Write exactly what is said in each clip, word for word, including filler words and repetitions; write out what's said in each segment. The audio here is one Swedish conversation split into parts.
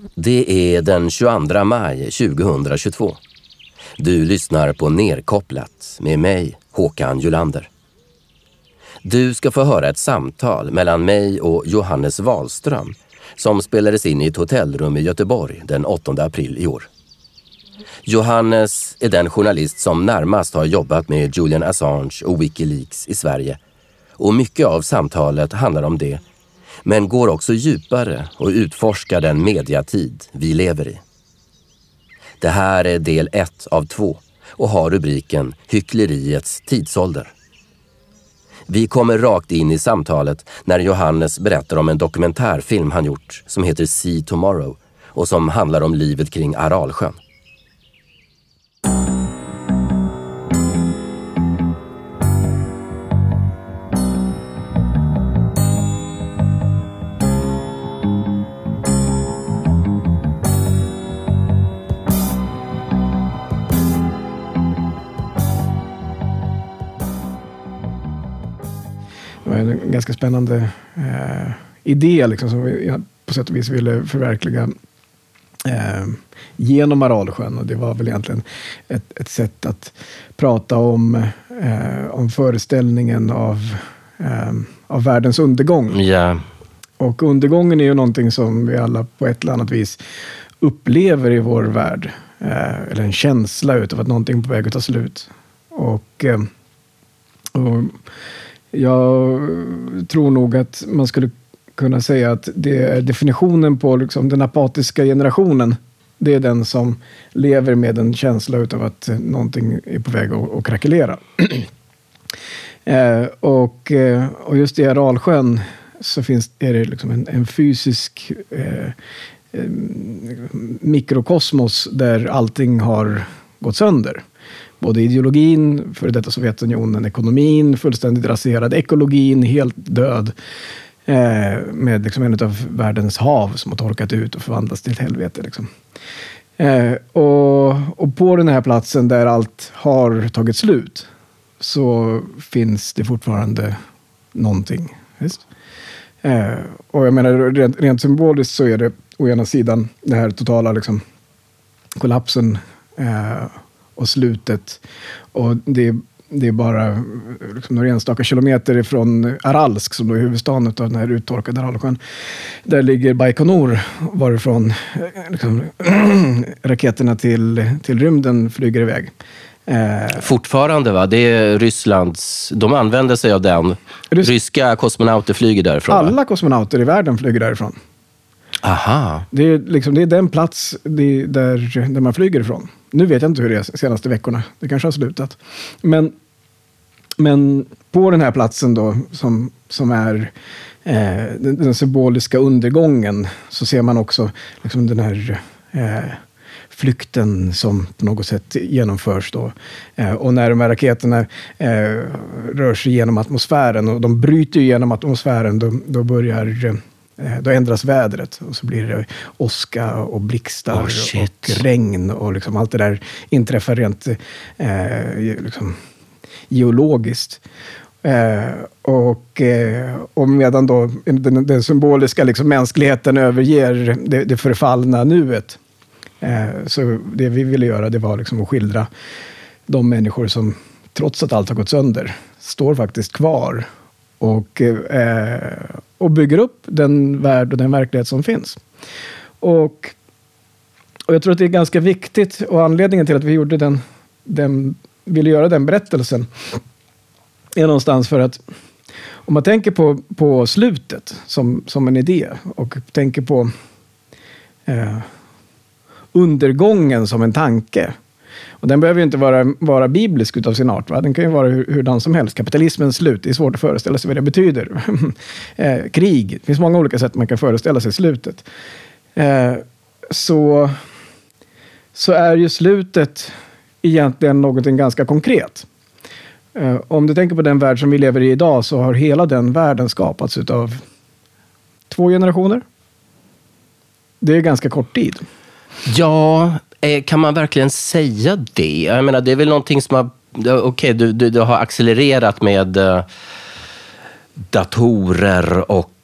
Det är den tjugoandra maj tjugohundratjugotvå. Du lyssnar på Nerkopplat med mig, Håkan Julander. Du ska få höra ett samtal mellan mig och Johannes Wahlström som spelades in i ett hotellrum i Göteborg den åttonde april i år. Johannes är den journalist som närmast har jobbat med Julian Assange och Wikileaks i Sverige. Och mycket av samtalet handlar om det, men går också djupare och utforskar den mediatid vi lever i. Det här är del ett av två och har rubriken Hyckleriets tidsålder. Vi kommer rakt in i samtalet när Johannes berättar om en dokumentärfilm han gjort som heter See Tomorrow och som handlar om livet kring Aralsjön. En ganska spännande eh, idé liksom, som vi på sätt och vis ville förverkliga eh, genom Aralsjön. Och det var väl egentligen ett, ett sätt att prata om, eh, om föreställningen av, eh, av världens undergång. Yeah. Och undergången är ju någonting som vi alla på ett eller annat vis upplever i vår värld. Eh, eller en känsla utav att någonting är på väg att ta slut. Och... Eh, och jag tror nog att man skulle kunna säga att det är definitionen på liksom den apatiska generationen. Det är den som lever med en känsla utav att någonting är på väg att, att krackelera. eh, och, och just i Aralsjön så finns, är det liksom en, en fysisk eh, eh, mikrokosmos där allting har gått sönder. Både ideologin, för detta Sovjetunionen, ekonomin, fullständigt raserad, ekologin, helt död. Eh, med liksom en av världens hav som har torkat ut och förvandlats till ett helvete. Liksom. Eh, och, och på den här platsen där allt har tagit slut så finns det fortfarande någonting. Just. Eh, och jag menar, rent, rent symboliskt så är det å ena sidan den här totala liksom, kollapsen eh, och slutet. Och det, det är bara liksom några enstaka kilometer ifrån Aralsk, som då är huvudstaden av den här uttorkade Aralsjön. Där ligger Baikonur, varifrån liksom, raketerna till, till rymden flyger iväg. Eh, Fortfarande va? Det är Rysslands... De använder sig av den. Rys- Ryska kosmonauter flyger därifrån. Alla va? kosmonauter i världen flyger därifrån. Aha. Det är, liksom, det är den plats det, där, där man flyger ifrån. Nu vet jag inte hur det är de senaste veckorna. Det kanske har slutat. Men, men på den här platsen då, som, som är eh, den, den symboliska undergången, så ser man också liksom den här eh, flykten som på något sätt genomförs då. Eh, och när de här raketerna eh, rör sig genom atmosfären och de bryter genom atmosfären, då, då börjar... Då ändras vädret och så blir det åska och blixtar oh, och regn och liksom allt det där inträffar rent eh, liksom, geologiskt. Eh, och, eh, och medan då den, den symboliska liksom, mänskligheten överger det, det förfallna nuet. Eh, så det vi ville göra, det var liksom att skildra de människor som trots att allt har gått sönder står faktiskt kvar och, eh, och bygger upp den värld och den verklighet som finns. Och, och jag tror att det är ganska viktigt, och anledningen till att vi gjorde den, den, ville göra den berättelsen är någonstans för att om man tänker på, på slutet som, som en idé och tänker på eh, undergången som en tanke. Och den behöver ju inte vara, vara biblisk utav sin art. Va? Den kan ju vara hur, hurdan som helst. Kapitalismens slut, det är svårt att föreställa sig vad det betyder. eh, krig, det finns många olika sätt man kan föreställa sig slutet. Eh, så, så är ju slutet egentligen någonting ganska konkret. Eh, om du tänker på den värld som vi lever i idag, så har hela den världen skapats utav två generationer. Det är ganska kort tid. Ja, kan man verkligen säga det? Jag menar, det är väl någonting som har... Okej, okay, du, du, du har accelererat med uh, datorer och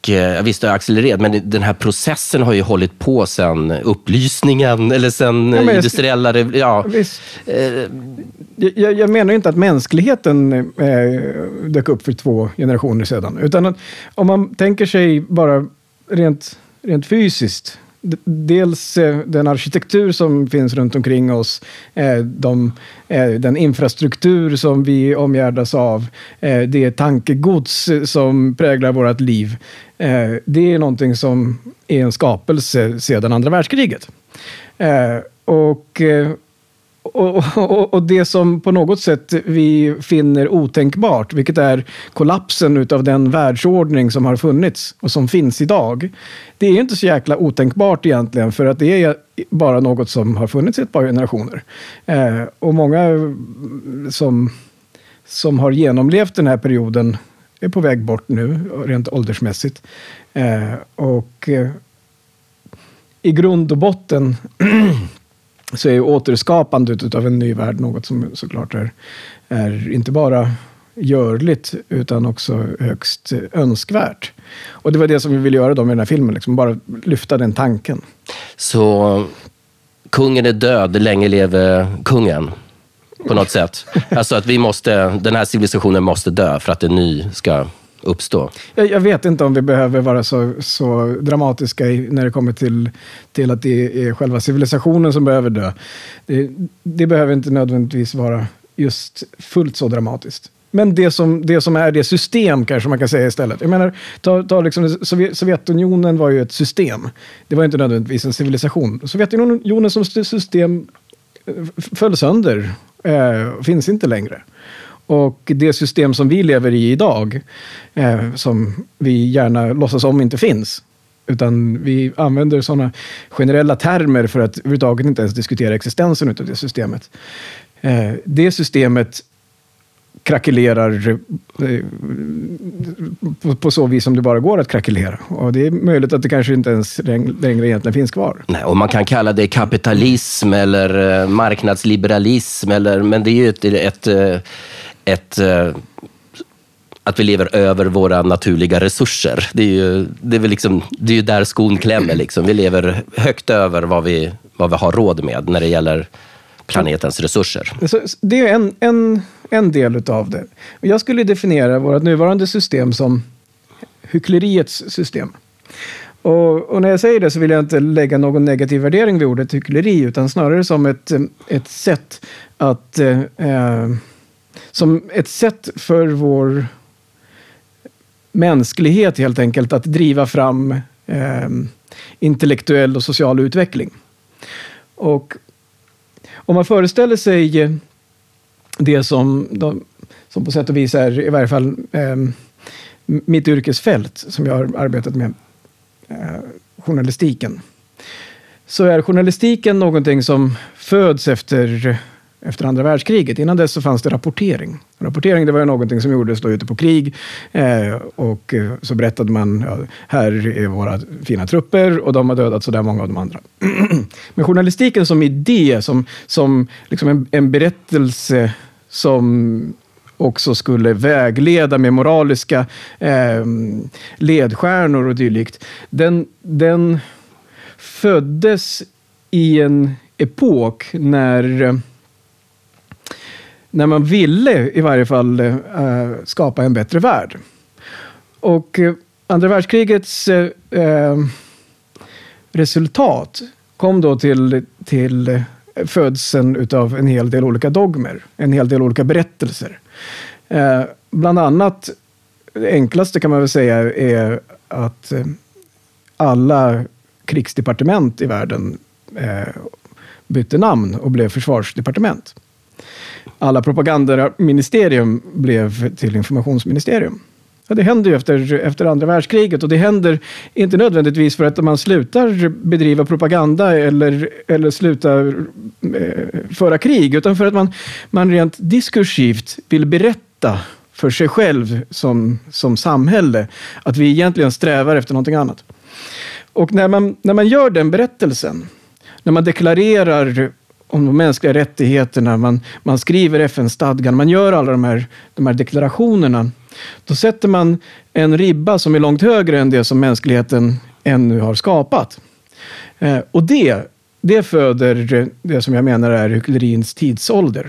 Och eh, visst, det har accelererat, men den här processen har ju hållit på sedan upplysningen eller sen ja, industriella... Ja, eh, jag, jag menar inte att mänskligheten eh, dök upp för två generationer sedan. Utan att, om man tänker sig bara rent, rent fysiskt. Dels eh, den arkitektur som finns runt omkring oss, eh, de, eh, den infrastruktur som vi omgärdas av, eh, det tankegods som präglar vårt liv. Eh, det är någonting som är en skapelse sedan andra världskriget. Eh, och, eh, och, och, och det som på något sätt vi finner otänkbart, vilket är kollapsen utav den världsordning som har funnits och som finns idag. Det är inte så jäkla otänkbart egentligen, för att det är bara något som har funnits i ett par generationer. Eh, och många som, som har genomlevt den här perioden är på väg bort nu, rent åldersmässigt. Eh, och eh, i grund och botten så är ju återskapandet av en ny värld något som såklart är, är inte bara görligt utan också högst önskvärt. Och det var det som vi ville göra då med den här filmen, liksom bara lyfta den tanken. Så kungen är död, länge leve kungen på något sätt. Alltså att vi måste, den här civilisationen måste dö för att en ny ska uppstå. Jag, jag vet inte om vi behöver vara så, så dramatiska i, när det kommer till, till att det är själva civilisationen som behöver dö. Det, det behöver inte nödvändigtvis vara just fullt så dramatiskt. Men det som, det som är det system kanske man kan säga istället. Jag menar, ta, ta liksom, Sovjet, Sovjetunionen var ju ett system. Det var inte nödvändigtvis en civilisation. Sovjetunionen som system föll sönder. Eh, finns inte längre. Och det system som vi lever i idag, eh, som vi gärna låtsas om inte finns, utan vi använder sådana generella termer för att överhuvudtaget inte ens diskutera existensen utav det systemet. Eh, det systemet krackelerar eh, på, på så vis som det bara går att krackelera. Och det är möjligt att det kanske inte ens längre egentligen finns kvar. Nej, och man kan kalla det kapitalism eller marknadsliberalism, eller, men det är ju ett... ett, ett Ett, att vi lever över våra naturliga resurser. Det är ju, det är väl liksom, det är ju där skon klämmer. Liksom. Vi lever högt över vad vi, vad vi har råd med när det gäller planetens resurser. Så det är en, en, en del utav det. Jag skulle definiera vårt nuvarande system som hyckleriets system. Och, och när jag säger det så vill jag inte lägga någon negativ värdering vid ordet hyckleri, utan snarare som ett, ett sätt att... Eh, Som ett sätt för vår mänsklighet helt enkelt att driva fram eh, intellektuell och social utveckling. Och om man föreställer sig det som, de, som på sätt och vis är i varje fall eh, mitt yrkesfält som jag har arbetat med, eh, journalistiken. Så är journalistiken någonting som föds efter... Efter andra världskriget. Innan dess så fanns det rapportering. Rapportering, det var ju någonting som gjordes då ute på krig. Eh, och eh, så berättade man, ja, här är våra fina trupper och de har dödat så där många av de andra. Men journalistiken som idé, som, som liksom en, en berättelse som också skulle vägleda med moraliska eh, ledstjärnor och dylikt. Den, den föddes i en epok när... När man ville i varje fall äh, skapa en bättre värld. Och äh, andra världskrigets äh, resultat kom då till, till födseln utav en hel del olika dogmer. En hel del olika berättelser. Äh, bland annat, det enklaste kan man väl säga är att äh, alla krigsdepartement i världen äh, bytte namn och blev försvarsdepartement. Alla propagandaministerium blev till informationsministerium. Ja, det händer ju efter, efter andra världskriget, och det händer inte nödvändigtvis för att man slutar bedriva propaganda eller, eller slutar eh, föra krig, utan för att man, man rent diskursivt vill berätta för sig själv som, som samhälle att vi egentligen strävar efter någonting annat. Och när man, när man gör den berättelsen, när man deklarerar om de mänskliga rättigheterna, man, man skriver F N-stadgan, man gör alla de här, de här deklarationerna, då sätter man en ribba som är långt högre än det som mänskligheten ännu har skapat. Eh, och det, det föder det som jag menar är hycklerins tidsålder.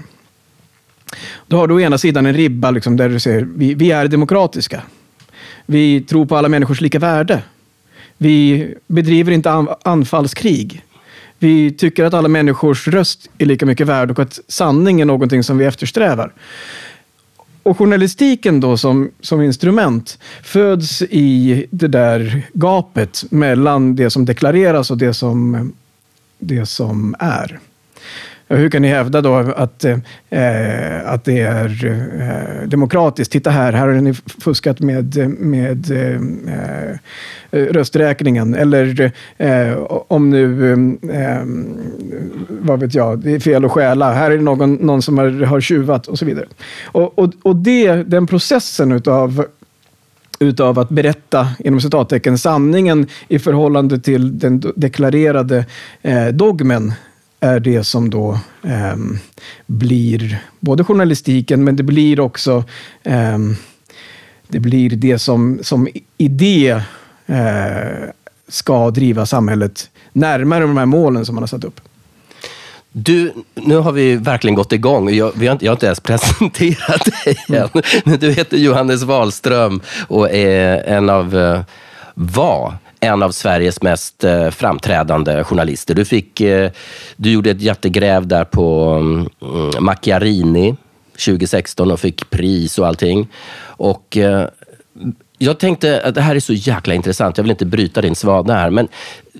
Då har du å ena sidan en ribba liksom, där du säger vi, vi är demokratiska. Vi tror på alla människors lika värde. Vi bedriver inte anfallskrig. Vi tycker att alla människors röst är lika mycket värd och att sanning är någonting som vi eftersträvar. Och journalistiken då som, som instrument föds i det där gapet mellan det som deklareras och det som, det som är. Hur kan ni hävda då att, eh, att det är eh, demokratiskt? Titta här, här har ni fuskat med, med eh, rösträkningen. Eller eh, om nu, eh, vad vet jag, det är fel att stjäla. Här är det någon, någon som har, har tjuvat och så vidare. Och, och, och det, den processen utav utav att berätta inom citattecken sanningen i förhållande till den deklarerade eh, dogmen är det som då eh, blir både journalistiken, men det blir också eh, det blir det som, som idé eh, ska driva samhället närmare de här målen som man har satt upp. Du, nu har vi verkligen gått igång. Jag, vi har inte, jag har inte ens presenterat dig än. Mm. Men du heter Johannes Wahlström och är en av, var en av Sveriges mest framträdande journalister. Du, fick, du gjorde ett jättegräv där på um, Macchiarini tjugo sexton och fick pris och allting. Och uh, jag tänkte att det här är så jäkla intressant. Jag vill inte bryta din svada här, men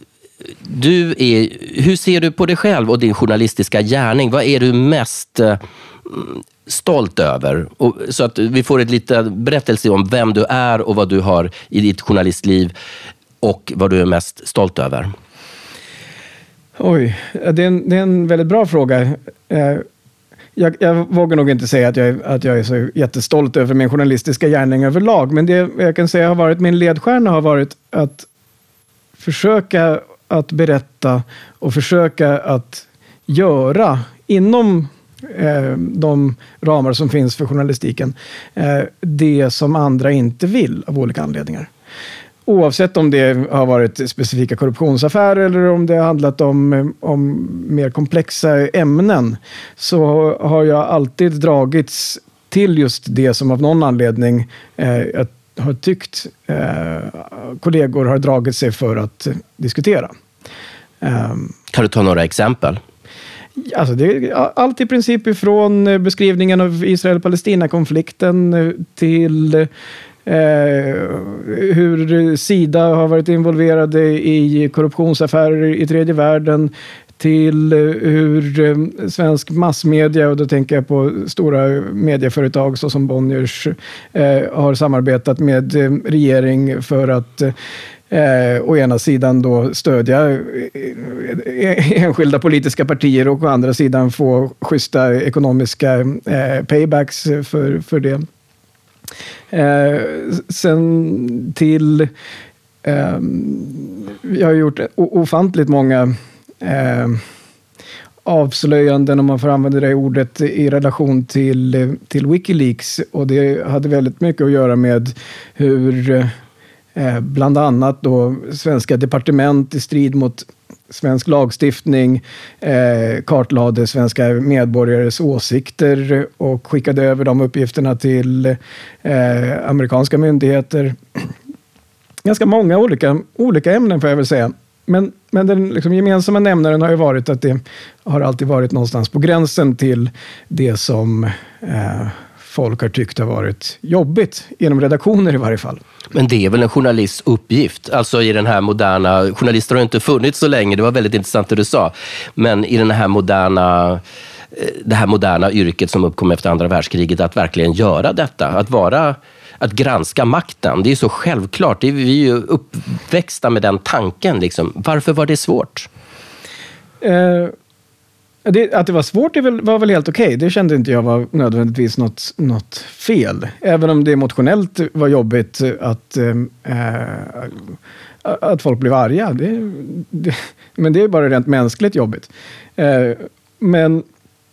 du är, hur ser du på dig själv och din journalistiska gärning? Vad är du mest uh, stolt över? Och, så att vi får ett lite berättelse om vem du är och vad du har i ditt journalistliv och vad du är mest stolt över. Oj, det är en, det är en väldigt bra fråga. Jag, jag vågar nog inte säga att jag, att jag är så jättestolt över min journalistiska gärning överlag, men det jag kan säga har varit min ledstjärna har varit att försöka att berätta och försöka att göra inom eh, de ramar som finns för journalistiken eh, det som andra inte vill av olika anledningar. Oavsett om det har varit specifika korruptionsaffärer eller om det har handlat om, om mer komplexa ämnen, så har jag alltid dragits till just det som av någon anledning eh, jag har tyckt eh, kollegor har dragit sig för att diskutera. Um, kan du ta några exempel? Alltså det är allt i princip ifrån beskrivningen av Israel-Palestina-konflikten till Eh, hur Sida har varit involverade i korruptionsaffärer i tredje världen, till hur eh, svensk massmedia, och då tänker jag på stora medieföretag såsom Bonniers, eh, har samarbetat med eh, regering för att eh, å ena sidan då stödja eh, enskilda politiska partier och å andra sidan få schyssta ekonomiska eh, paybacks för, för det. Eh, sen till eh, jag har gjort ofantligt många eh, avslöjanden, om man får använda det ordet, i relation till, till Wikileaks, och det hade väldigt mycket att göra med hur eh, bland annat då svenska departement i strid mot svensk lagstiftning eh, kartlade svenska medborgares åsikter och skickade över de uppgifterna till eh, amerikanska myndigheter. Ganska många olika, olika ämnen får jag väl säga. Men, men den liksom gemensamma nämnaren har ju varit att det har alltid varit någonstans på gränsen till det som eh, folk har tyckt har varit jobbigt, genom redaktioner i varje fall. Men det är väl en journalists uppgift, alltså i den här moderna, journalister har inte funnits så länge, det var väldigt intressant det du sa, men i den här moderna, det här moderna yrket som uppkom efter andra världskriget, att verkligen göra detta, att vara, att granska makten, det är så självklart, det är, vi är ju uppväxta med den tanken liksom. Varför var det svårt? Eh... Det, att det var svårt det var väl helt okej. Okay. Det kände inte jag var nödvändigtvis något, något fel. Även om det emotionellt var jobbigt att, äh, att folk blev arga. Det, det, men det är bara rent mänskligt jobbigt. Äh, men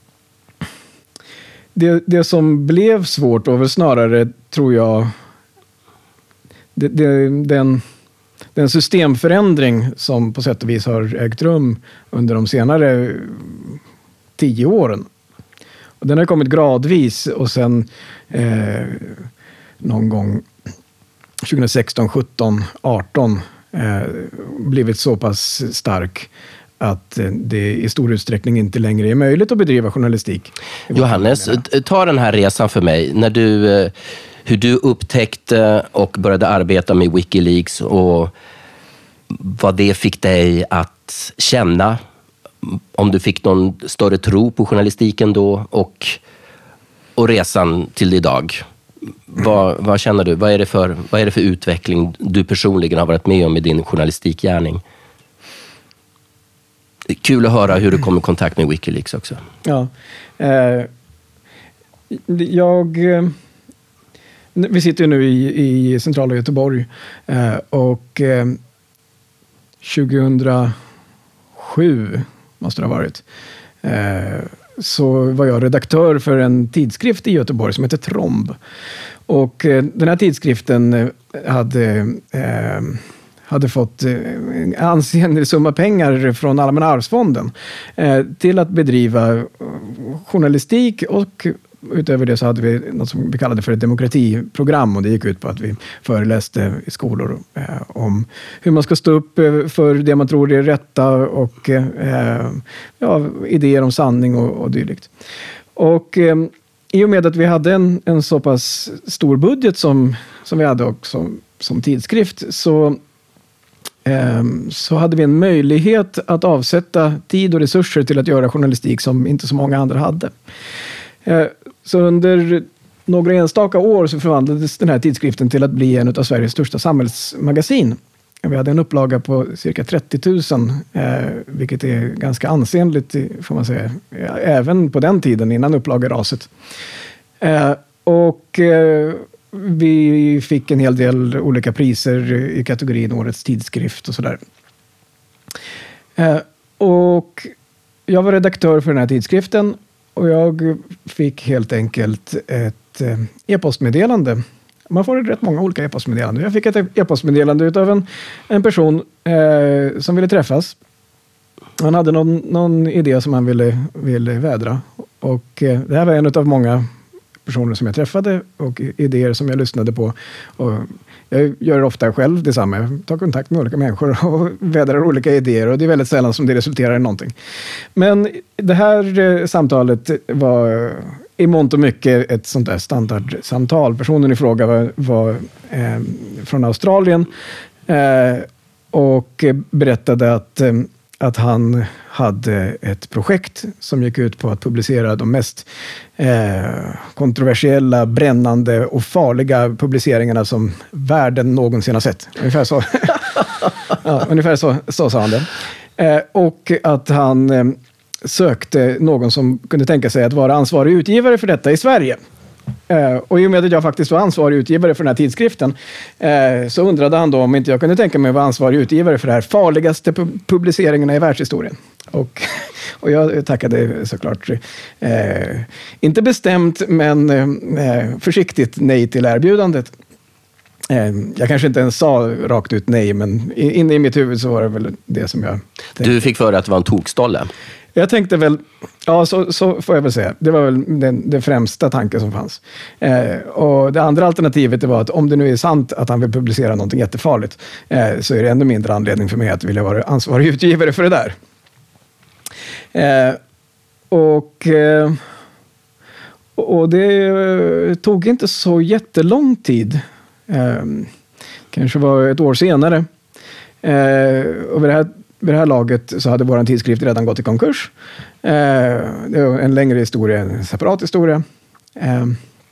det, det som blev svårt var väl snarare, tror jag, det, det, den, den systemförändring som på sätt och vis har ägt rum under de senare tio åren. Och den har kommit gradvis och sen eh, någon gång tjugohundrasexton, sjutton, arton eh, blivit så pass stark att det i stor utsträckning inte längre är möjligt att bedriva journalistik. Johannes, ta den här resan för mig. När du, hur du upptäckte och började arbeta med Wikileaks och vad det fick dig att känna, om du fick någon större tro på journalistiken då och, och resan till idag. Vad, vad känner du? Vad är det för, vad är det för utveckling du personligen har varit med om i din journalistikgärning? Kul att höra hur du kom i kontakt med Wikileaks också. Ja. Eh, jag... Eh, vi sitter ju nu i, i centrala Göteborg eh, och eh, tjugohundrasju måste det ha varit. Eh, så var jag redaktör för en tidskrift i Göteborg som heter Tromb. Och eh, den här tidskriften hade... Eh, hade fått en ansenlig summa pengar från Allmänna arvsfonden eh, till att bedriva journalistik, och utöver det så hade vi något som vi kallade för ett demokratiprogram, och det gick ut på att vi föreläste i skolor eh, om hur man ska stå upp för det man tror är rätta och eh, ja, idéer om sanning och, och dylikt. Och eh, i och med att vi hade en, en så pass stor budget som, som vi hade också som tidskrift, så så hade vi en möjlighet att avsätta tid och resurser till att göra journalistik som inte så många andra hade. Så under några enstaka år så förvandlades den här tidskriften till att bli en av Sveriges största samhällsmagasin. Vi hade en upplaga på cirka trettio tusen, vilket är ganska ansenligt, får man säga, även på den tiden innan upplageraset. Och vi fick en hel del olika priser i kategorin Årets tidskrift och sådär. Eh, och jag var redaktör för den här tidskriften, och jag fick helt enkelt ett eh, e-postmeddelande. Man får rätt många olika e-postmeddelanden. Jag fick ett e-postmeddelande utav en, en person eh, som ville träffas. Han hade någon, någon idé som han ville, ville vädra. Och eh, det här var en av många personer som jag träffade och idéer som jag lyssnade på. Och jag gör ofta själv detsamma. Jag tar kontakt med olika människor och vädrar olika idéer, och det är väldigt sällan som det resulterar i någonting. Men det här eh, samtalet var i mångt och mycket ett sånt där standardsamtal. Personen i fråga var, var eh, från Australien eh, och berättade att eh, att han hade ett projekt som gick ut på att publicera de mest eh, kontroversiella, brännande och farliga publiceringarna som världen någonsin har sett. Ungefär så, ja, ungefär så, så sa han det. Eh, och att han eh, sökte någon som kunde tänka sig att vara ansvarig utgivare för detta i Sverige. Uh, och i och med att jag faktiskt var ansvarig utgivare för den här tidskriften uh, så undrade han då om inte jag kunde tänka mig att vara ansvarig utgivare för det här farligaste pu- publiceringarna i världshistorien. Och, och jag tackade såklart uh, inte bestämt, men uh, försiktigt nej till erbjudandet. Uh, jag kanske inte ens sa rakt ut nej, men inne i mitt huvud så var det väl det som jag tänkte. Du fick för att det var en tokstolle. Jag tänkte väl, ja så, så får jag väl säga, det var väl den, den främsta tanken som fanns. Eh, och det andra alternativet det var att om det nu är sant att han vill publicera någonting jättefarligt eh, så är det ännu mindre anledning för mig att vilja vara ansvarig utgivare för det där. Eh, och, eh, och det tog inte så jättelång tid. Eh, kanske var ett år senare. Eh, och vid det här Vid det här laget så hade vår tidskrift redan gått i konkurs. Eh, det var en längre historia, en separat historia. Eh,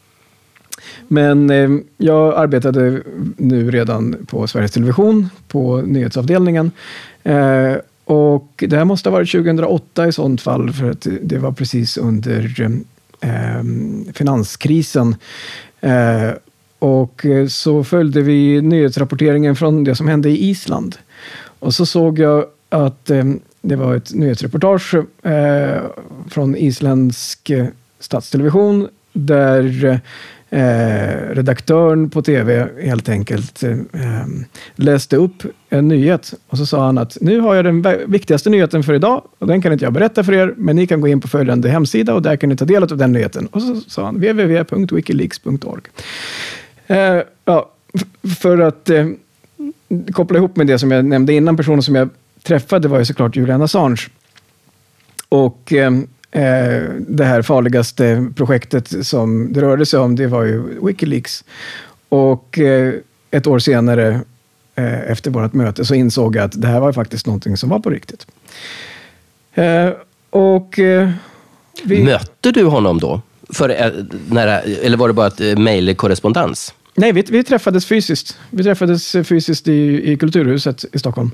men eh, jag arbetade nu redan på Sveriges Television, på nyhetsavdelningen. Eh, och det här måste ha varit tjugohundraåtta i sånt fall, för att det var precis under eh, finanskrisen. Eh, och så följde vi nyhetsrapporteringen från det som hände i Island. Och så såg jag att eh, det var ett nyhetsreportage eh, från isländsk eh, statstelevision där Eh, redaktören på tv helt enkelt eh, läste upp en nyhet och så sa han att nu har jag den viktigaste nyheten för idag och den kan inte jag berätta för er, men ni kan gå in på följande hemsida och där kan ni ta del av den nyheten. Och så sa han w w w punkt wikileaks punkt org. Eh, ja, för att eh, koppla ihop med det som jag nämnde innan, personen som jag träffade var ju såklart Julian Assange. Och eh, Eh, det här farligaste projektet som det rörde sig om, det var ju Wikileaks. Och eh, ett år senare, eh, efter vårt möte, så insåg jag att det här var faktiskt någonting som var på riktigt. Eh, och eh, vi... Mötte du honom då? För, eh, när, eller var det bara ett eh, mejlkorrespondens? Nej, vi, vi träffades fysiskt. Vi träffades fysiskt i, i Kulturhuset i Stockholm.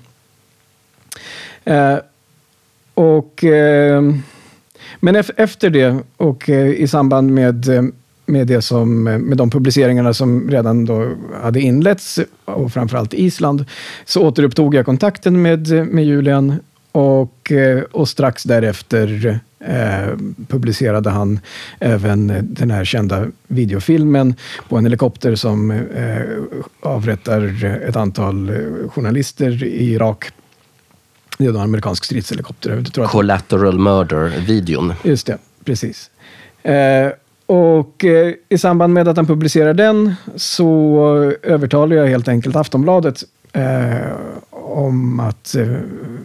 Eh, och... Eh, Men efter det och i samband med, med, det som, med de publiceringarna som redan då hade inletts och framförallt i Island, så återupptog jag kontakten med, med Julian och, och strax därefter eh, publicerade han även den här kända videofilmen på en helikopter som eh, avrättar ett antal journalister i Irak. Det är då en amerikansk stridshelikopter. Jag tror att... Collateral Murder-videon. Just det, precis. Eh, och eh, i samband med att han publicerar den så övertalar jag helt enkelt Aftonbladet eh, om att eh,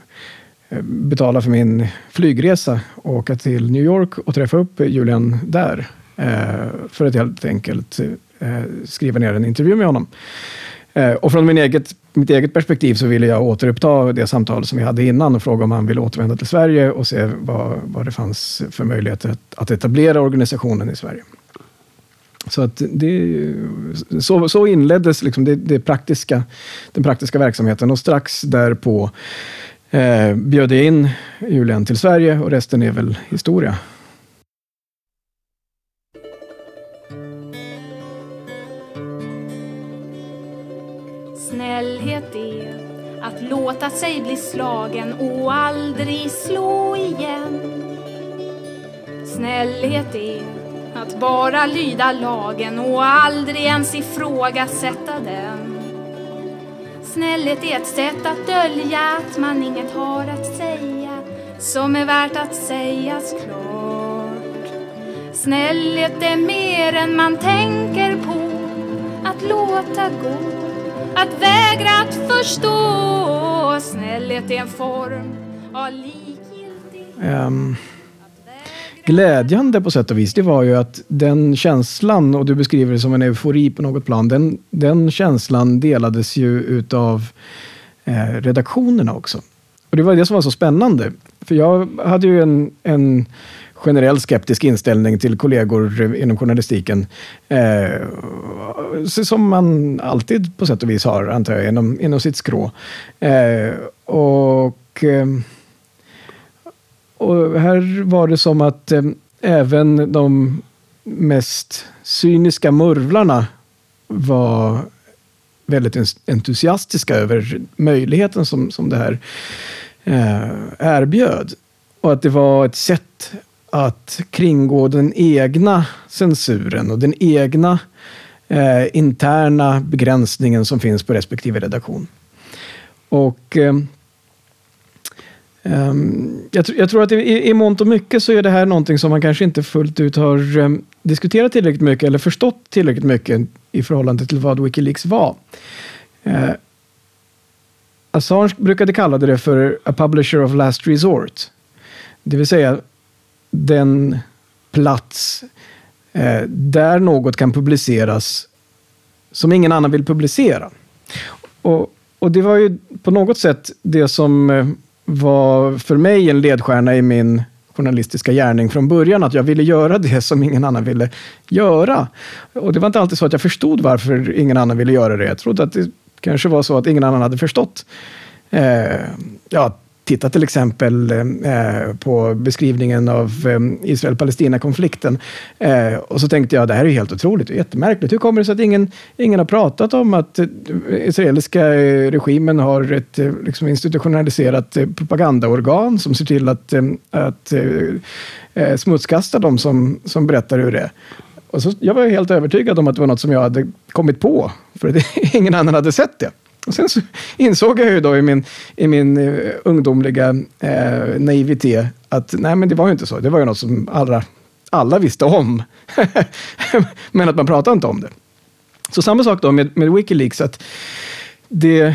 betala för min flygresa och åka till New York och träffa upp Julian där. Eh, för att helt enkelt eh, skriva ner en intervju med honom. Och från min eget, mitt eget perspektiv så ville jag återuppta det samtal som vi hade innan och fråga om han ville återvända till Sverige och se vad, vad det fanns för möjligheter att, att etablera organisationen i Sverige. Så att det, så, så inleddes liksom det, det praktiska, den praktiska verksamheten och strax därpå eh, bjöd jag in Julian till Sverige och resten är väl historia. Snällhet är att låta sig bli slagen och aldrig slå igen. Snällhet är att bara lyda lagen och aldrig ens ifrågasätta den. Snällhet är ett sätt att dölja att man inget har att säga som är värt att sägas klart. Snällhet är mer än man tänker på, att låta gå, att vägra att förstå. Snällhet är en form av likgiltighet. Um, glädjande på sätt och vis, det var ju att den känslan, och du beskriver det som en eufori på något plan, den, den känslan delades ju utav eh, redaktionerna också. Och det var det som var så spännande. För jag hade ju en, en generell skeptisk inställning till kollegor inom journalistiken. Eh, som man alltid på sätt och vis har, antar jag, inom, inom sitt skrå. Eh, och, eh, och här var det som att eh, även de mest cyniska murvlarna var väldigt entusiastiska över möjligheten som, som det här eh, erbjöd. Och att det var ett sätt att kringgå den egna censuren och den egna eh, interna begränsningen som finns på respektive redaktion. Och eh, eh, jag, tr- jag tror att i, i mångt och mycket så är det här någonting som man kanske inte fullt ut har eh, diskuterat tillräckligt mycket eller förstått tillräckligt mycket i förhållande till vad Wikileaks var. Eh, Assange brukade kalla det för a publisher of last resort. Det vill säga den plats eh, där något kan publiceras som ingen annan vill publicera. Och, och det var ju på något sätt det som eh, var för mig en ledstjärna i min journalistiska gärning från början, att jag ville göra det som ingen annan ville göra. Och det var inte alltid så att jag förstod varför ingen annan ville göra det. Jag trodde att det kanske var så att ingen annan hade förstått eh, ja, titta till exempel eh, på beskrivningen av eh, Israel-Palestina-konflikten. Eh, och så tänkte jag, det här är ju helt otroligt och jättemärkligt. Hur kommer det sig att ingen, ingen har pratat om att eh, israeliska eh, regimen har ett eh, liksom institutionaliserat eh, propagandaorgan som ser till att, eh, att eh, smutskasta dem som, som berättar hur det är. Och så, jag var helt övertygad om att det var något som jag hade kommit på, för det, ingen annan hade sett det. Och sen så insåg jag ju då i min, i min uh, ungdomliga uh, naivitet att nej, men det var ju inte så. Det var ju något som alla, alla visste om. Men att man pratade inte om det. Så samma sak då med, med Wikileaks, att det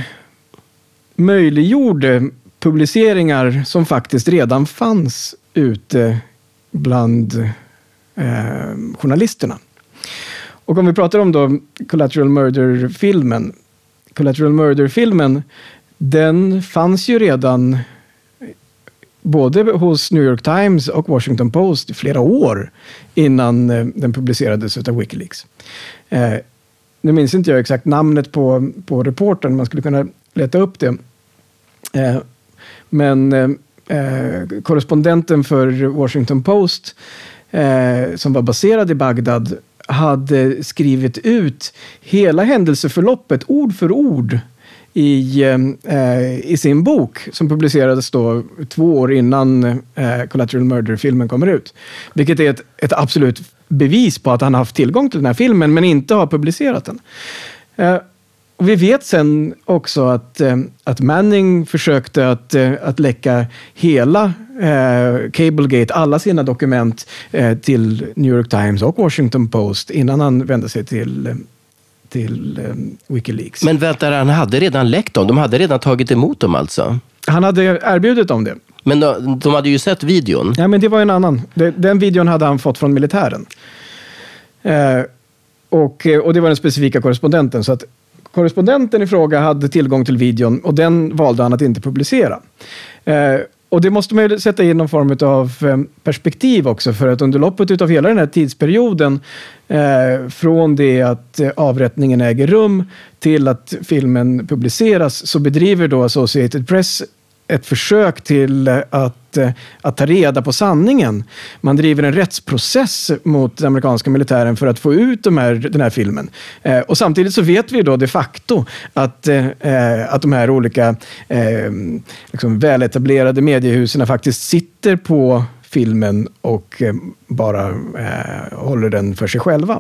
möjliggjorde publiceringar som faktiskt redan fanns ute bland eh, journalisterna. Och om vi pratar om då Collateral Murder-filmen. Collateral Murder-filmen, den fanns ju redan både hos New York Times och Washington Post i flera år innan eh, den publicerades av Wikileaks. Eh, nu minns inte jag exakt namnet på, på reportern, man skulle kunna leta upp det. Eh, men eh, korrespondenten för Washington Post eh, som var baserad i Bagdad hade skrivit ut hela händelseförloppet ord för ord i, eh, i sin bok som publicerades då två år innan eh, Collateral Murder-filmen kommer ut. Vilket är ett, ett absolut bevis på att han har haft tillgång till den här filmen men inte har publicerat den. Eh, och vi vet sen också att, eh, att Manning försökte att, eh, att läcka hela eh, Cablegate, alla sina dokument eh, till New York Times och Washington Post innan han vände sig till eh, till um, Wikileaks. Men vänta, han hade redan läckt dem. De hade redan tagit emot dem alltså. Han hade erbjudit om det. Men de, de hade ju sett videon. Ja, men det var en annan. Den videon hade han fått från militären. Eh, och, och det var den specifika korrespondenten. Så att korrespondenten i fråga hade tillgång till videon och den valde han att inte publicera. Eh, Och det måste man ju sätta in någon form av perspektiv också, för att under loppet av hela den här tidsperioden eh, från det att avrättningen äger rum till att filmen publiceras så bedriver då Associated Press ett försök till att, att ta reda på sanningen. Man driver en rättsprocess mot den amerikanska militären för att få ut de här, den här filmen. Eh, och samtidigt så vet vi då de facto att, eh, att de här olika eh, liksom väletablerade mediehusen faktiskt sitter på filmen och eh, bara eh, håller den för sig själva.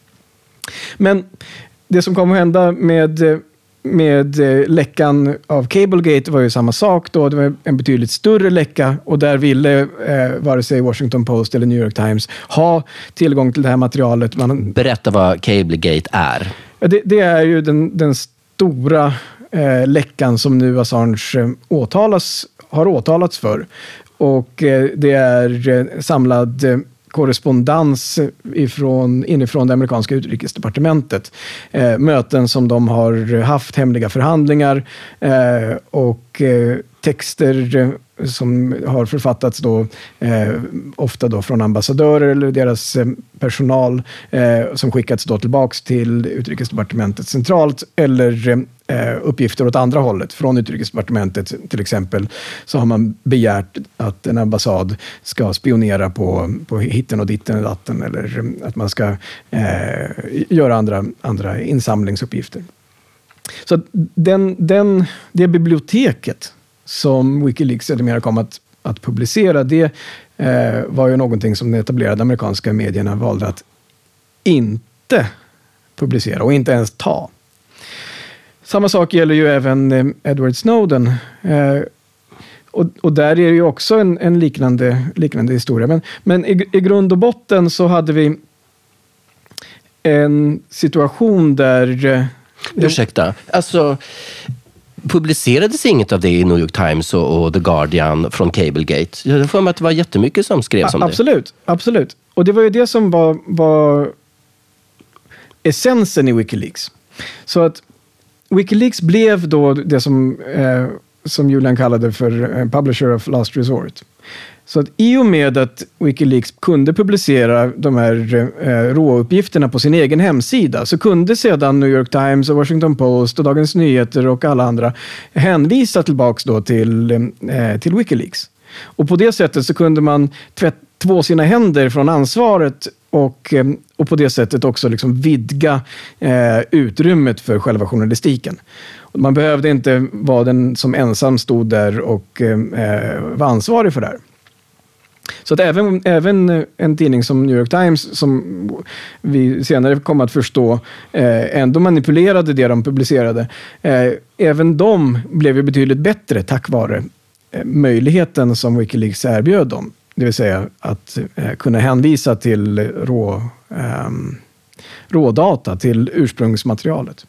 Men det som kommer att hända med med läckan av Cablegate var ju samma sak då. Det var en betydligt större läcka och där ville eh, vare sig Washington Post eller New York Times ha tillgång till det här materialet. Man, Berätta vad Cablegate är. Det, det är ju den, den stora eh, läckan som nu Assange eh, åtalas, har åtalats för. Och eh, det är eh, samlad eh, korrespondens ifrån, inifrån det amerikanska utrikesdepartementet. Eh, möten som de har haft, hemliga förhandlingar eh, och eh, texter eh, som har författats då, eh, ofta då från ambassadörer eller deras eh, personal eh, som skickats då tillbaks till utrikesdepartementet centralt eller eh, uppgifter åt andra hållet. Från utrikesdepartementet till exempel så har man begärt att en ambassad ska spionera på, på hitten och ditten och datten eller att man ska eh, göra andra, andra insamlingsuppgifter. Så den, den, det biblioteket som Wikileaks sedermera kom att, att publicera, det eh, var ju någonting som de etablerade amerikanska medierna valde att inte publicera och inte ens ta. Samma sak gäller ju även eh, Edward Snowden. Eh, och, och där är det ju också en, en liknande, liknande historia. Men, men i, i grund och botten så hade vi en situation där... Eh, Ursäkta, alltså... Publicerades inget av det i New York Times och, och The Guardian från Cablegate? Jag får mig att det var jättemycket som skrevs om det. Absolut, absolut. Och det var ju det som var, var essensen i Wikileaks. Så att Wikileaks blev då det som eh, som Julian kallade för publisher of last resort. Så att i och med att Wikileaks kunde publicera de här eh, råuppgifterna på sin egen hemsida, så kunde sedan New York Times och Washington Post och Dagens Nyheter och alla andra hänvisa tillbaks då till, eh, till Wikileaks. Och på det sättet så kunde man tvätt, två sina händer från ansvaret och, eh, och på det sättet också liksom vidga eh, utrymmet för själva journalistiken. Man behövde inte vara den som ensam stod där och eh, var ansvarig för det här. Så att även, även en tidning som New York Times, som vi senare kommer att förstå, eh, ändå manipulerade det de publicerade. Eh, även de blev ju betydligt bättre tack vare eh, möjligheten som Wikileaks erbjöd dem. Det vill säga att eh, kunna hänvisa till rå, eh, rådata, till ursprungsmaterialet.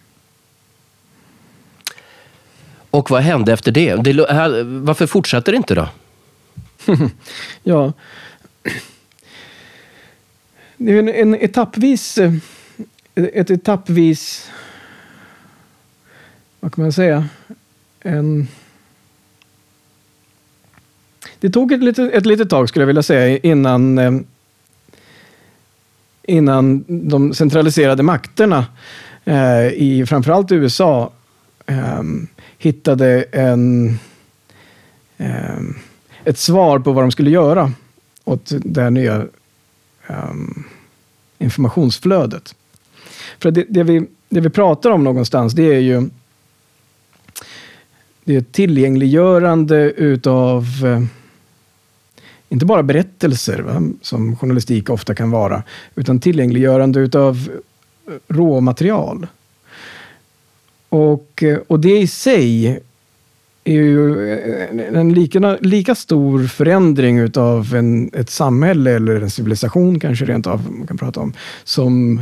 Och vad hände efter det? det varför fortsatte det inte då? Ja, det är en, en etappvis, ett etappvis, vad kan man säga, en, det tog ett litet, ett litet tag skulle jag vilja säga innan, innan de centraliserade makterna eh, i framförallt U S A eh, hittade en eh, ett svar på vad de skulle göra åt det här nya um, informationsflödet. För det, det, vi, det vi pratar om någonstans, det är ju det är tillgängliggörande utav eh, inte bara berättelser, va, som journalistik ofta kan vara, utan tillgängliggörande utav råmaterial. Och, och det i sig är ju en lika, lika stor förändring utav en, ett samhälle eller en civilisation kanske rent av man kan prata om, som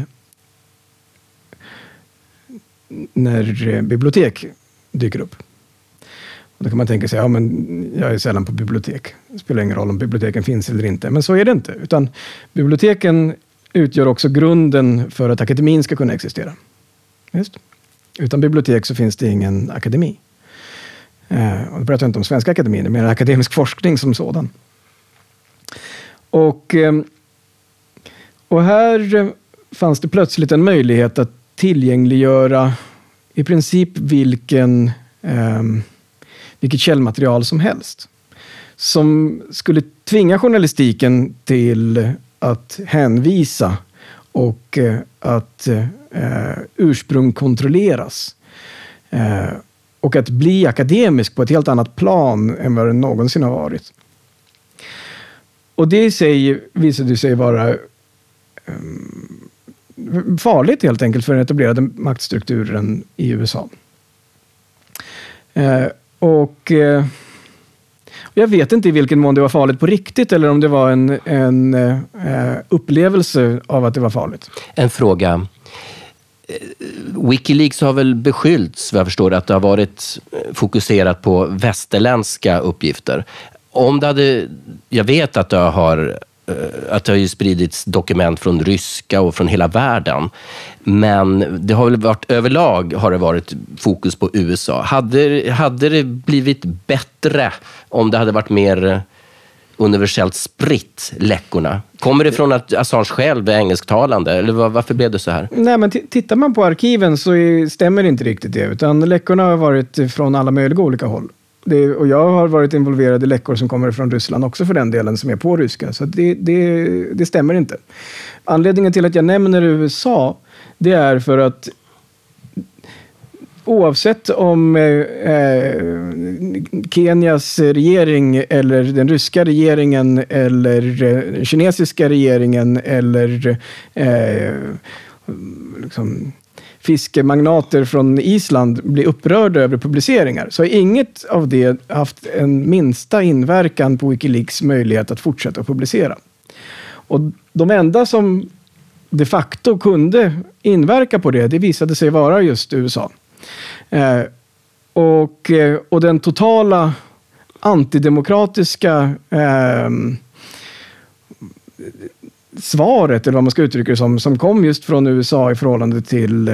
när bibliotek dyker upp. Och då kan man tänka sig, ja men jag är sällan på bibliotek. Det spelar ingen roll om biblioteken finns eller inte. Men så är det inte. Utan biblioteken utgör också grunden för att akademin ska kunna existera. Just. Utan bibliotek så finns det ingen akademi. Och då pratar jag inte om Svenska akademin, men akademisk forskning som sådan. Och, och här fanns det plötsligt en möjlighet att tillgängliggöra i princip vilken, eh, vilket källmaterial som helst. Som skulle tvinga journalistiken till att hänvisa och eh, att eh, ursprung kontrolleras. Eh, Och att bli akademisk på ett helt annat plan än vad det någonsin har varit. Och det i sig visade sig vara um, farligt helt enkelt för den etablerade maktstrukturen i U S A. Uh, och uh, jag vet inte i vilken mån det var farligt på riktigt eller om det var en, en uh, upplevelse av att det var farligt. En fråga. Wikileaks har väl beskyllts, vad jag förstår, att det har varit fokuserat på västerländska uppgifter. Om det hade, jag vet att det har, att det har ju spridits dokument från ryska och från hela världen. Men det har väl varit, överlag har det varit fokus på U S A. Hade, hade det blivit bättre om det hade varit mer universellt spritt, läckorna? Kommer det från att Assange själv är engelsktalande? Eller var, varför blev det så här? Nej, men t- tittar man på arkiven så är, stämmer inte riktigt det. Utan läckorna har varit från alla möjliga olika håll. Det, och jag har varit involverad i läckor som kommer från Ryssland också för den delen som är på ryska. Så det, det, det stämmer inte. Anledningen till att jag nämner U S A, det är för att oavsett om eh, Kenias regering eller den ryska regeringen eller den kinesiska regeringen eller eh, liksom, fiskemagnater från Island blir upprörda över publiceringar, så har inget av det haft en minsta inverkan på Wikileaks möjlighet att fortsätta publicera. Och de enda som de facto kunde inverka på det, det visade sig vara just U S A. Eh, och, och den totala antidemokratiska eh, svaret, eller vad man ska uttrycka det som, som kom just från U S A i förhållande till,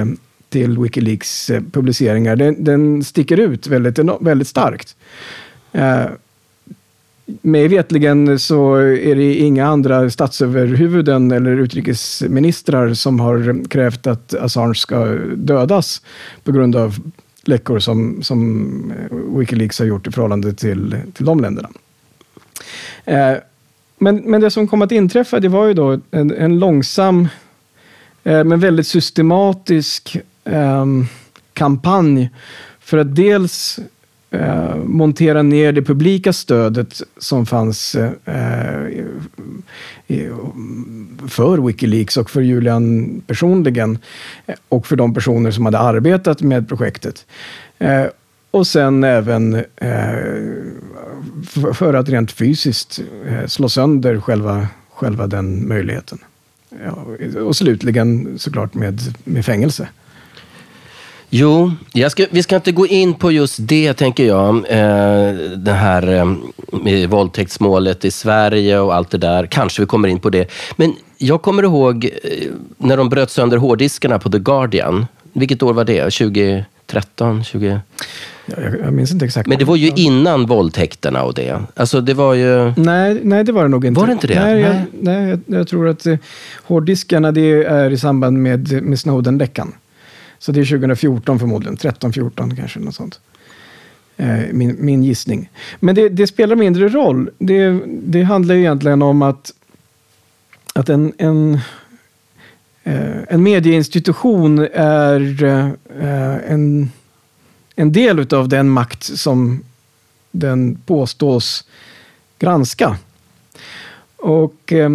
till Wikileaks publiceringar, den, den sticker ut väldigt, väldigt starkt. Eh, Mig vetligen så är det inga andra statsöverhuvuden eller utrikesministrar som har krävt att Assange ska dödas på grund av läckor som, som Wikileaks har gjort i förhållande till, till de länderna. Eh, men, men det som kom att inträffa, det var ju då en, en långsam eh, men väldigt systematisk eh, kampanj för att dels eh, montera ner det publika stödet som fanns eh, i, för Wikileaks och för Julian personligen och för de personer som hade arbetat med projektet. Eh, och sen även eh, för, för att rent fysiskt eh, slå sönder själva, själva den möjligheten. Ja, och slutligen såklart med, med fängelse. Jo, jag ska, vi ska inte gå in på just det, tänker jag. Eh, det här eh, med våldtäktsmålet i Sverige och allt det där. Kanske vi kommer in på det. Men jag kommer ihåg eh, när de bröt sönder hårddiskarna på The Guardian. Vilket år var det? tjugo tretton? tjugo Ja, jag, jag minns inte exakt. Men det var ju innan våldtäkterna och det. Alltså det var ju... Nej, nej det var det nog inte. Var det inte det? Nej, nej. Jag, nej jag, jag tror att eh, hårddiskarna det är i samband med, med Snowden-läckan. Så det är tjugo fjorton förmodligen. tretton fjorton kanske, något sånt. Eh, min, min gissning. Men det, det spelar mindre roll. Det, det handlar ju egentligen om att, att en, en, eh, en medieinstitution är eh, en, en del utav den makt som den påstås granska. Och... Eh,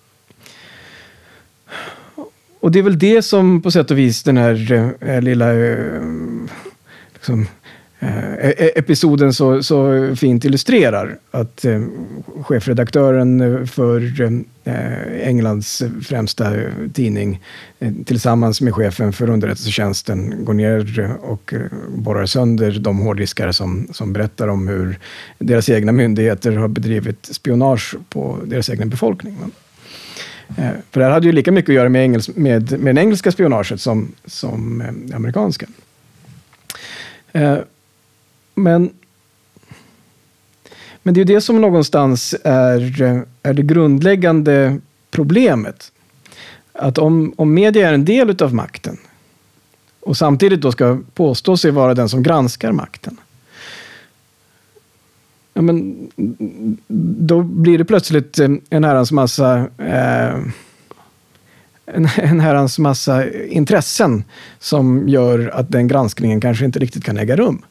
Och det är väl det som på sätt och vis den här äh, lilla äh, liksom, äh, episoden så, så fint illustrerar. Att äh, chefredaktören för äh, Englands främsta tidning äh, tillsammans med chefen för underrättelsetjänsten går ner och äh, borrar sönder de hårddiskar som, som berättar om hur deras egna myndigheter har bedrivit spionage på deras egen befolkning. För det här hade ju lika mycket att göra med, engels, med, med det engelska spionaget som, som eh, det amerikanska. Eh, men, men det är ju det som någonstans är, är det grundläggande problemet. Att om, om media är en del utav makten och samtidigt då ska påstå sig vara den som granskar makten. Ja, men då blir det plötsligt en herrans massa eh, en, en herrans massa intressen som gör att den granskningen kanske inte riktigt kan äga rum.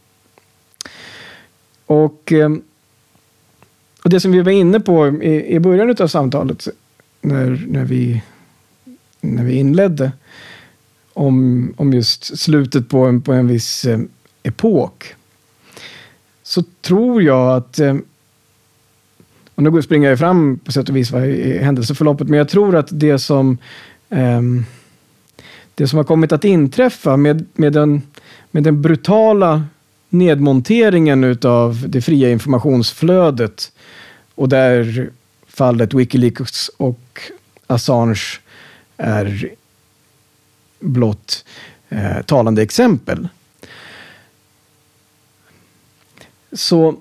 Och, eh, och det som vi var inne på i, i början av samtalet när, när, vi, när vi inledde om, om just slutet på en, på en viss eh, epok, så tror jag att, och nu springer jag fram på sätt och vis i händelseförloppet, men jag tror att det som um, det som har kommit att inträffa med, med, den, med den brutala nedmonteringen utav det fria informationsflödet och där fallet Wikileaks och Assange är blott eh, talande exempel. Så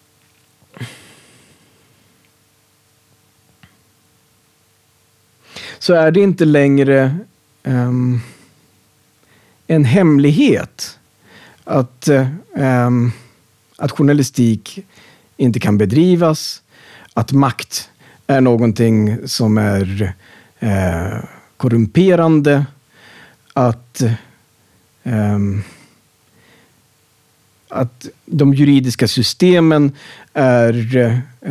så är det inte längre um, en hemlighet att, um, att journalistik inte kan bedrivas, att makt är någonting som är uh, korrumperande, att um, att de juridiska systemen är eh,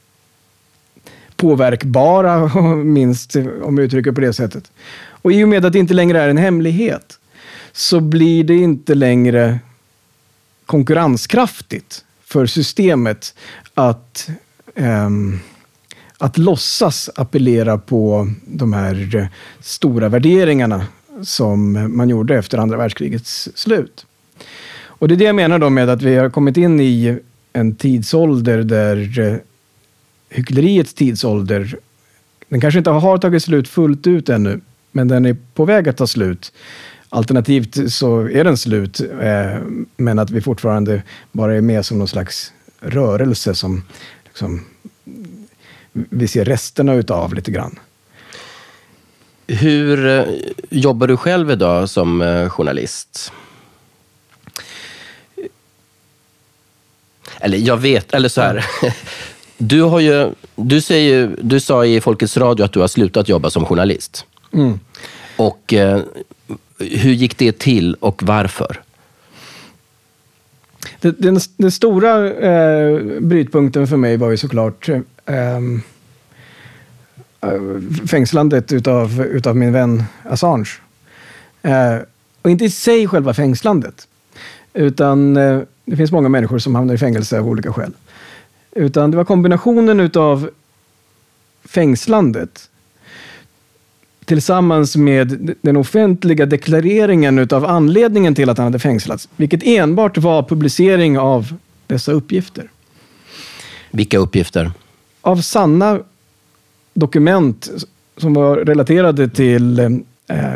påverkbara, minst om jag uttrycker på det sättet. Och i och med att det inte längre är en hemlighet så blir det inte längre konkurrenskraftigt för systemet att, eh, att låtsas appellera på de här stora värderingarna som man gjorde efter andra världskrigets slut. Och det är det jag menar då med att vi har kommit in i en tidsålder där eh, hyckleriets tidsålder, den kanske inte har tagit slut fullt ut ännu, men den är på väg att ta slut. Alternativt så är den slut, eh, men att vi fortfarande bara är med som någon slags rörelse som liksom, vi ser resterna utav lite grann. Hur eh, jobbar du själv idag som eh, journalist? Eller jag vet, eller så här. Du har ju, du säger ju, du sa i Folkets Radio att du har slutat jobba som journalist. Mm. Och eh, hur gick det till och varför? Den, den stora eh, brytpunkten för mig var ju såklart eh, fängslandet utav, utav min vän Assange. Eh, och inte i sig själva fängslandet, utan eh, det finns många människor som hamnar i fängelse av olika skäl. Utan det var kombinationen utav fängslandet tillsammans med den offentliga deklareringen utav anledningen till att han hade fängslats, vilket enbart var publicering av dessa uppgifter. Vilka uppgifter? Av sanna dokument som var relaterade till eh,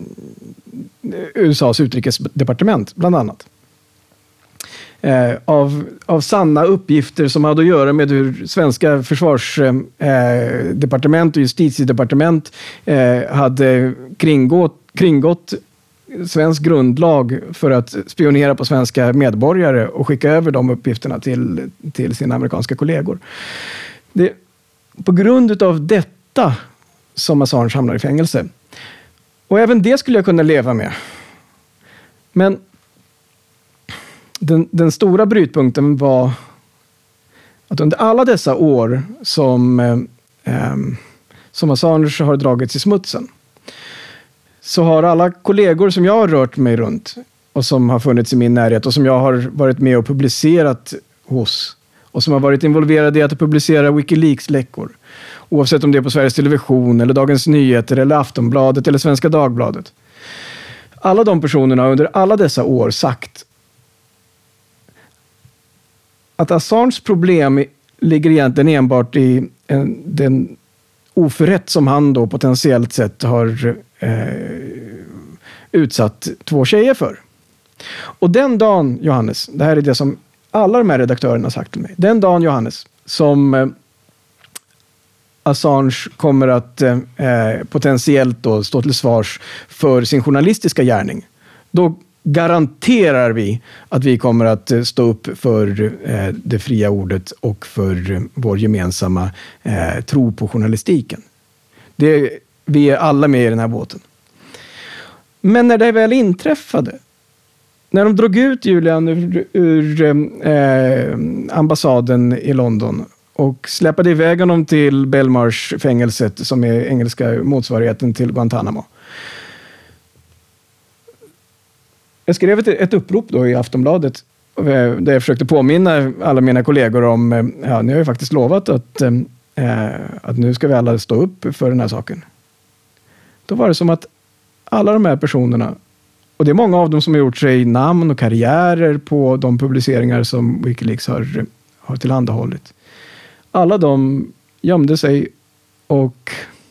U S A:s utrikesdepartement, bland annat. Eh, av, av sanna uppgifter som hade att göra med hur svenska försvarsdepartement eh, och justitiedepartement eh, hade kringgått, kringgått svensk grundlag för att spionera på svenska medborgare och skicka över de uppgifterna till, till sina amerikanska kollegor. Det, på grund av detta som Assange hamnar i fängelse. Och även det skulle jag kunna leva med. Men Den, den stora brytpunkten var att under alla dessa år som, eh, som Assange har dragits i smutsen, så har alla kollegor som jag har rört mig runt och som har funnits i min närhet och som jag har varit med och publicerat hos och som har varit involverade i att publicera Wikileaks-läckor, oavsett om det är på Sveriges Television eller Dagens Nyheter eller Aftonbladet eller Svenska Dagbladet. Alla de personerna har under alla dessa år sagt att Assanges problem ligger egentligen enbart i en, den oförrätt som han då potentiellt sett har eh, utsatt två tjejer för. Och den dagen, Johannes, det här är det som alla de här redaktörerna har sagt till mig. Den dagen, Johannes, som eh, Assange kommer att eh, potentiellt då stå till svars för sin journalistiska gärning, då garanterar vi att vi kommer att stå upp för eh, det fria ordet och för eh, vår gemensamma eh, tro på journalistiken. Det, vi är alla med i den här båten. Men när det väl inträffade, när de drog ut Julian ur, ur eh, ambassaden i London och släppade iväg honom till Belmarsh-fängelset, som är engelska motsvarigheten till Guantanamo. Jag skrev ett, ett upprop då i Aftonbladet där jag försökte påminna alla mina kollegor om, ja, ni har ju faktiskt lovat att, eh, att nu ska vi alla stå upp för den här saken. Då var det som att alla de här personerna, och det är många av dem som har gjort sig namn och karriärer på de publiceringar som Wikileaks har, har tillhandahållit. Alla de gömde sig och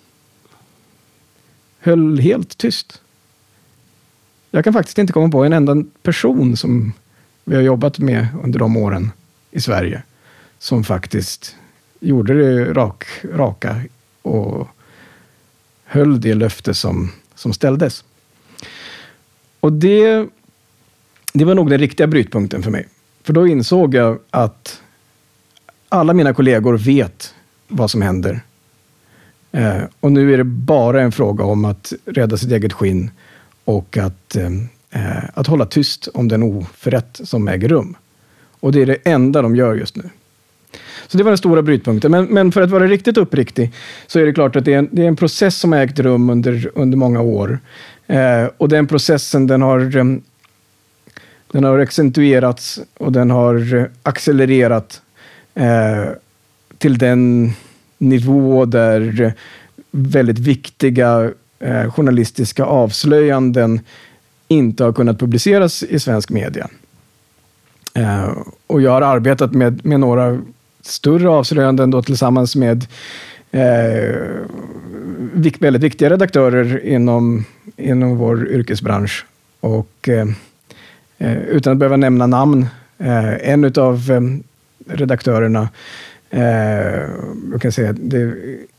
höll helt tyst. Jag kan faktiskt inte komma på en enda person som vi har jobbat med under de åren i Sverige som faktiskt gjorde det rak, raka och höll det löfte som, som ställdes. Och det, det var nog den riktiga brytpunkten för mig. För då insåg jag att alla mina kollegor vet vad som händer. Eh, och nu är det bara en fråga om att rädda sitt eget skinn och att, eh, att hålla tyst om den oförrätt som äger rum. Och det är det enda de gör just nu. Så det var den stora brytpunkten. Men, men för att vara riktigt uppriktig så är det klart att det är en, det är en process som har ägt rum under, under många år. Eh, och den processen den har, den har accentuerats och den har accelererat eh, till den nivå där väldigt viktiga eh, journalistiska avslöjanden inte har kunnat publiceras i svensk media. Eh, och jag har arbetat med, med några större avslöjanden då tillsammans med eh, vik- väldigt viktiga redaktörer inom, inom vår yrkesbransch. Och eh, utan att behöva nämna namn, eh, en av eh, redaktörerna, eh, jag kan säga det,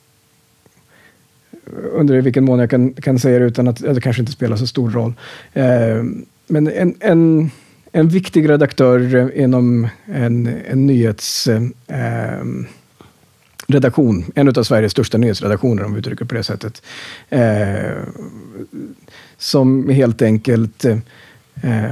undrar i vilken mån jag kan, kan säga det utan att det kanske inte spelar så stor roll. Eh, men en, en, en viktig redaktör inom en, en nyhets... Eh, redaktion, en av Sveriges största nyhetsredaktioner om vi uttrycker på det sättet. Eh, som helt enkelt eh,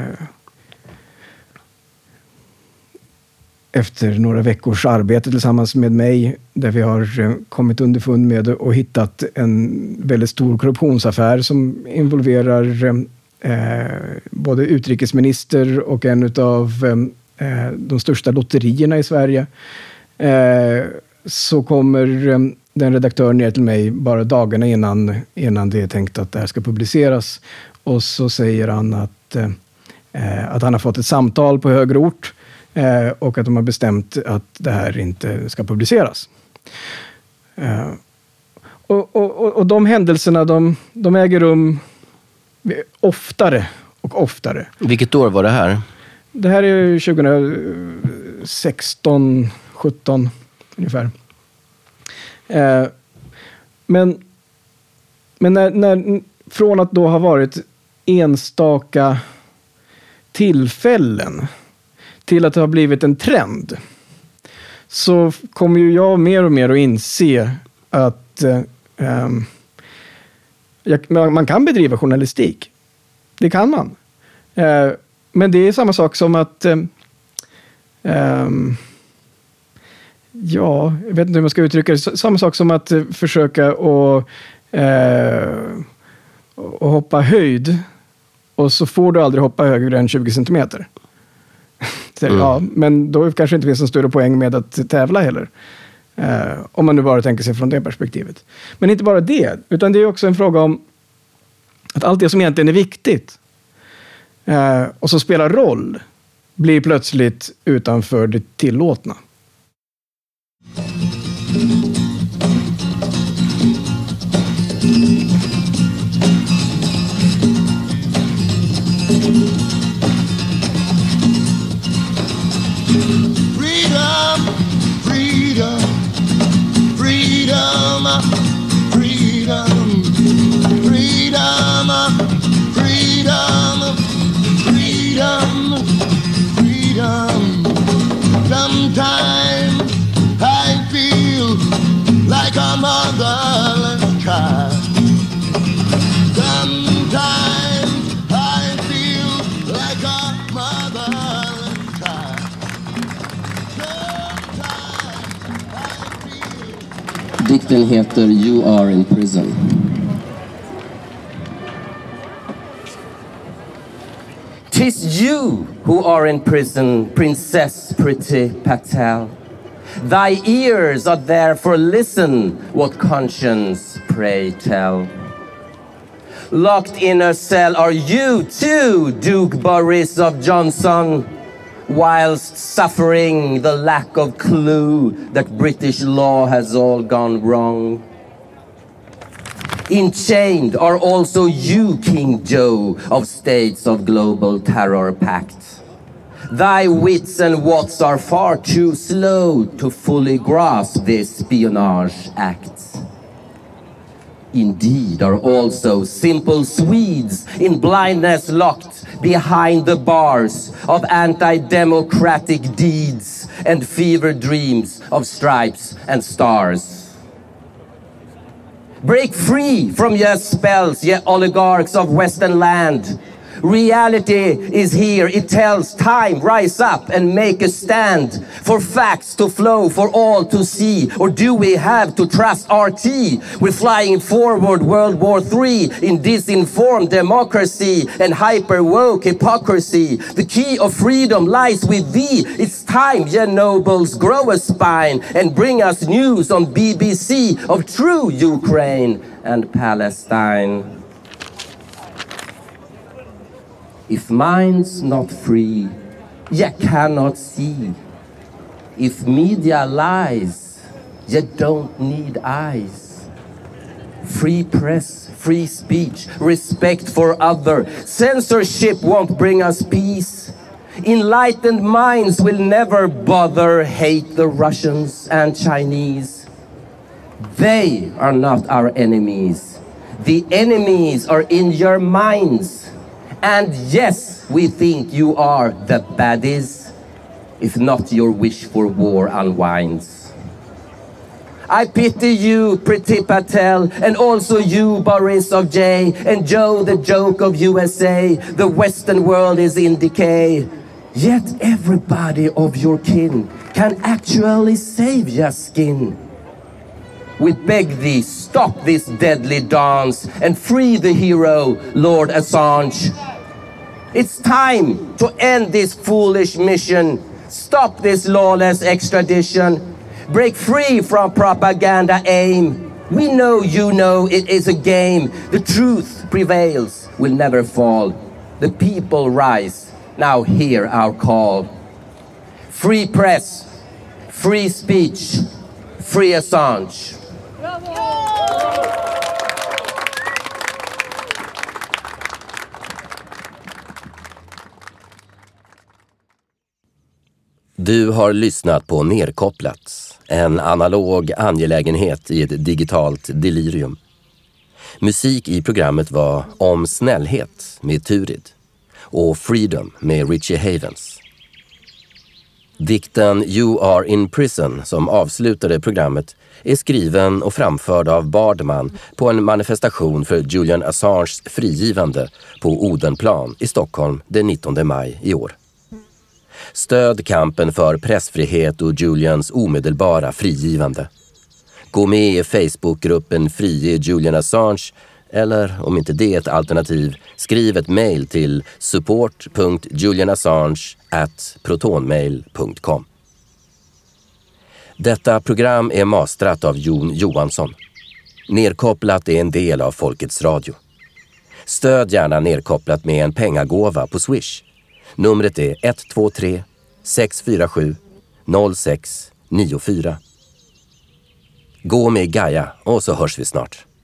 efter några veckors arbete tillsammans med mig där vi har eh, kommit underfund med och hittat en väldigt stor korruptionsaffär som involverar eh, både utrikesminister och en av eh, de största lotterierna i Sverige. Eh, så kommer den redaktören ner till mig bara dagarna innan, innan det är tänkt att det här ska publiceras. Och så säger han att, eh, att han har fått ett samtal på högre ort eh, och att de har bestämt att det här inte ska publiceras. Eh, och, och, och de händelserna de, de äger rum oftare och oftare. Vilket år var det här? Det här är tjugohundrasexton sjutton ungefär. Eh, men men när, när, från att då ha varit enstaka tillfällen till att det har blivit en trend så kommer ju jag mer och mer att inse att eh, eh, jag, man kan bedriva journalistik. Det kan man. Eh, men det är samma sak som att eh, eh, ja, jag vet inte hur man ska uttrycka det. Samma sak som att försöka att eh, och hoppa höjd och så får du aldrig hoppa högre än tjugo centimeter. Så, mm. Ja, men då kanske inte finns en större poäng med att tävla heller. Eh, om man nu bara tänker sig från det perspektivet. Men inte bara det, utan det är också en fråga om att allt det som egentligen är viktigt eh, och som spelar roll blir plötsligt utanför det tillåtna. Freedom, freedom, freedom, freedom, freedom, freedom, freedom, freedom. Sometimes I feel like a motherless child. Sometimes I feel like a motherless child. Sometimes I feel... Dikten heter You Are in Prison. "'Tis you who are in prison, Princess Priti Patel. Thy ears are there for listen, what conscience pray tell. Locked in a cell are you too, Duke Boris of Johnson, whilst suffering the lack of clue that British law has all gone wrong. Enchained are also you, King Joe, of States of Global Terror Pact. Thy wits and wats are far too slow to fully grasp this espionage act. Indeed are also simple Swedes in blindness locked behind the bars of anti-democratic deeds and fever dreams of stripes and stars. Break free from your spells, ye oligarchs of Western land. Reality is here, it tells time, rise up and make a stand. For facts to flow, for all to see. Or do we have to trust R T? We're flying forward World War Three in disinformed democracy and hyper-woke hypocrisy. The key of freedom lies with thee. It's time, ye nobles, grow a spine and bring us news on B B C of true Ukraine and Palestine. If mind's not free, ye cannot see. If media lies, ye don't need eyes. Free press, free speech, respect for other. Censorship won't bring us peace. Enlightened minds will never bother hate the Russians and Chinese. They are not our enemies. The enemies are in your minds. And yes, we think you are the baddies, if not your wish for war unwinds. I pity you, Priti Patel, and also you, Boris of J, and Joe, the joke of U S A. The Western world is in decay. Yet everybody of your kin can actually save your skin. We beg thee, stop this deadly dance and free the hero, Lord Assange. It's time to end this foolish mission. Stop this lawless extradition. Break free from propaganda aim. We know you know it is a game. The truth prevails, will never fall. The people rise. Now hear our call. Free press, free speech, free Assange. Du har lyssnat på Nerkopplat, en analog angelägenhet i ett digitalt delirium. Musik i programmet var Om snällhet med Turid och Freedom med Richie Havens. Dikten You Are in Prison som avslutade programmet är skriven och framförd av Bardman på en manifestation för Julian Assanges frigivande på Odenplan i Stockholm den nittonde maj i år. Stöd kampen för pressfrihet och Julians omedelbara frigivande. Gå med i Facebookgruppen Frige Julian Assange eller, om inte det är ett alternativ, skriv ett mejl till support punkt julianassange at protonmail punkt com. Detta program är mastrat av Jon Johansson. Nerkopplat är en del av Folkets Radio. Stöd gärna Nerkopplat med en pengagåva på Swish. Numret är ett två tre sex fyra sju noll sex nio fyra. Gå med Gaia och så hörs vi snart.